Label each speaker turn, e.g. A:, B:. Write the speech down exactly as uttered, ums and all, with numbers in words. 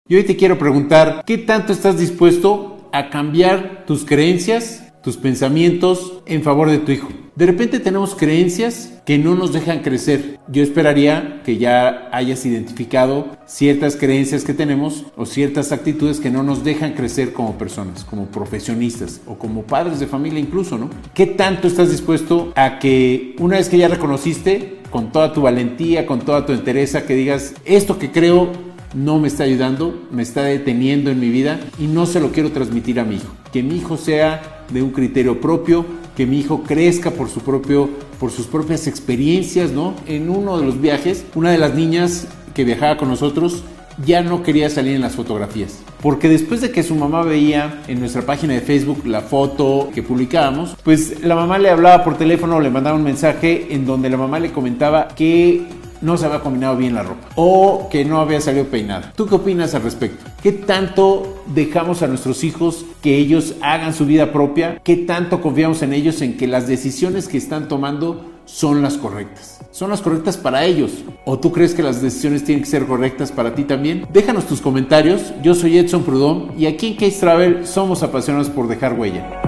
A: Y hoy te quiero preguntar, ¿qué tanto estás dispuesto a cambiar tus creencias, tus pensamientos en favor de tu hijo? De repente tenemos creencias que no nos dejan crecer. Yo esperaría que ya hayas identificado ciertas creencias que tenemos o ciertas actitudes que no nos dejan crecer como personas, como profesionistas o como padres de familia incluso, ¿no? ¿Qué tanto estás dispuesto a que una vez que ya reconociste, con toda tu valentía, con toda tu entereza, que digas, esto que creo no me está ayudando, me está deteniendo en mi vida y no se lo quiero transmitir a mi hijo? Que mi hijo sea de un criterio propio, que mi hijo crezca por su propio, por sus propias experiencias, ¿no? En uno de los viajes, una de las niñas que viajaba con nosotros ya no quería salir en las fotografías, porque después de que su mamá veía en nuestra página de Facebook la foto que publicábamos, pues la mamá le hablaba por teléfono o le mandaba un mensaje en donde la mamá le comentaba que no se había combinado bien la ropa o que no había salido peinada. ¿Tú qué opinas al respecto? ¿Qué tanto dejamos a nuestros hijos que ellos hagan su vida propia? ¿Qué tanto confiamos en ellos en que las decisiones que están tomando son las correctas? ¿Son las correctas para ellos? ¿O tú crees que las decisiones tienen que ser correctas para ti también? Déjanos tus comentarios. Yo soy Edson Prudhomme y aquí en Case Travel somos apasionados por dejar huella.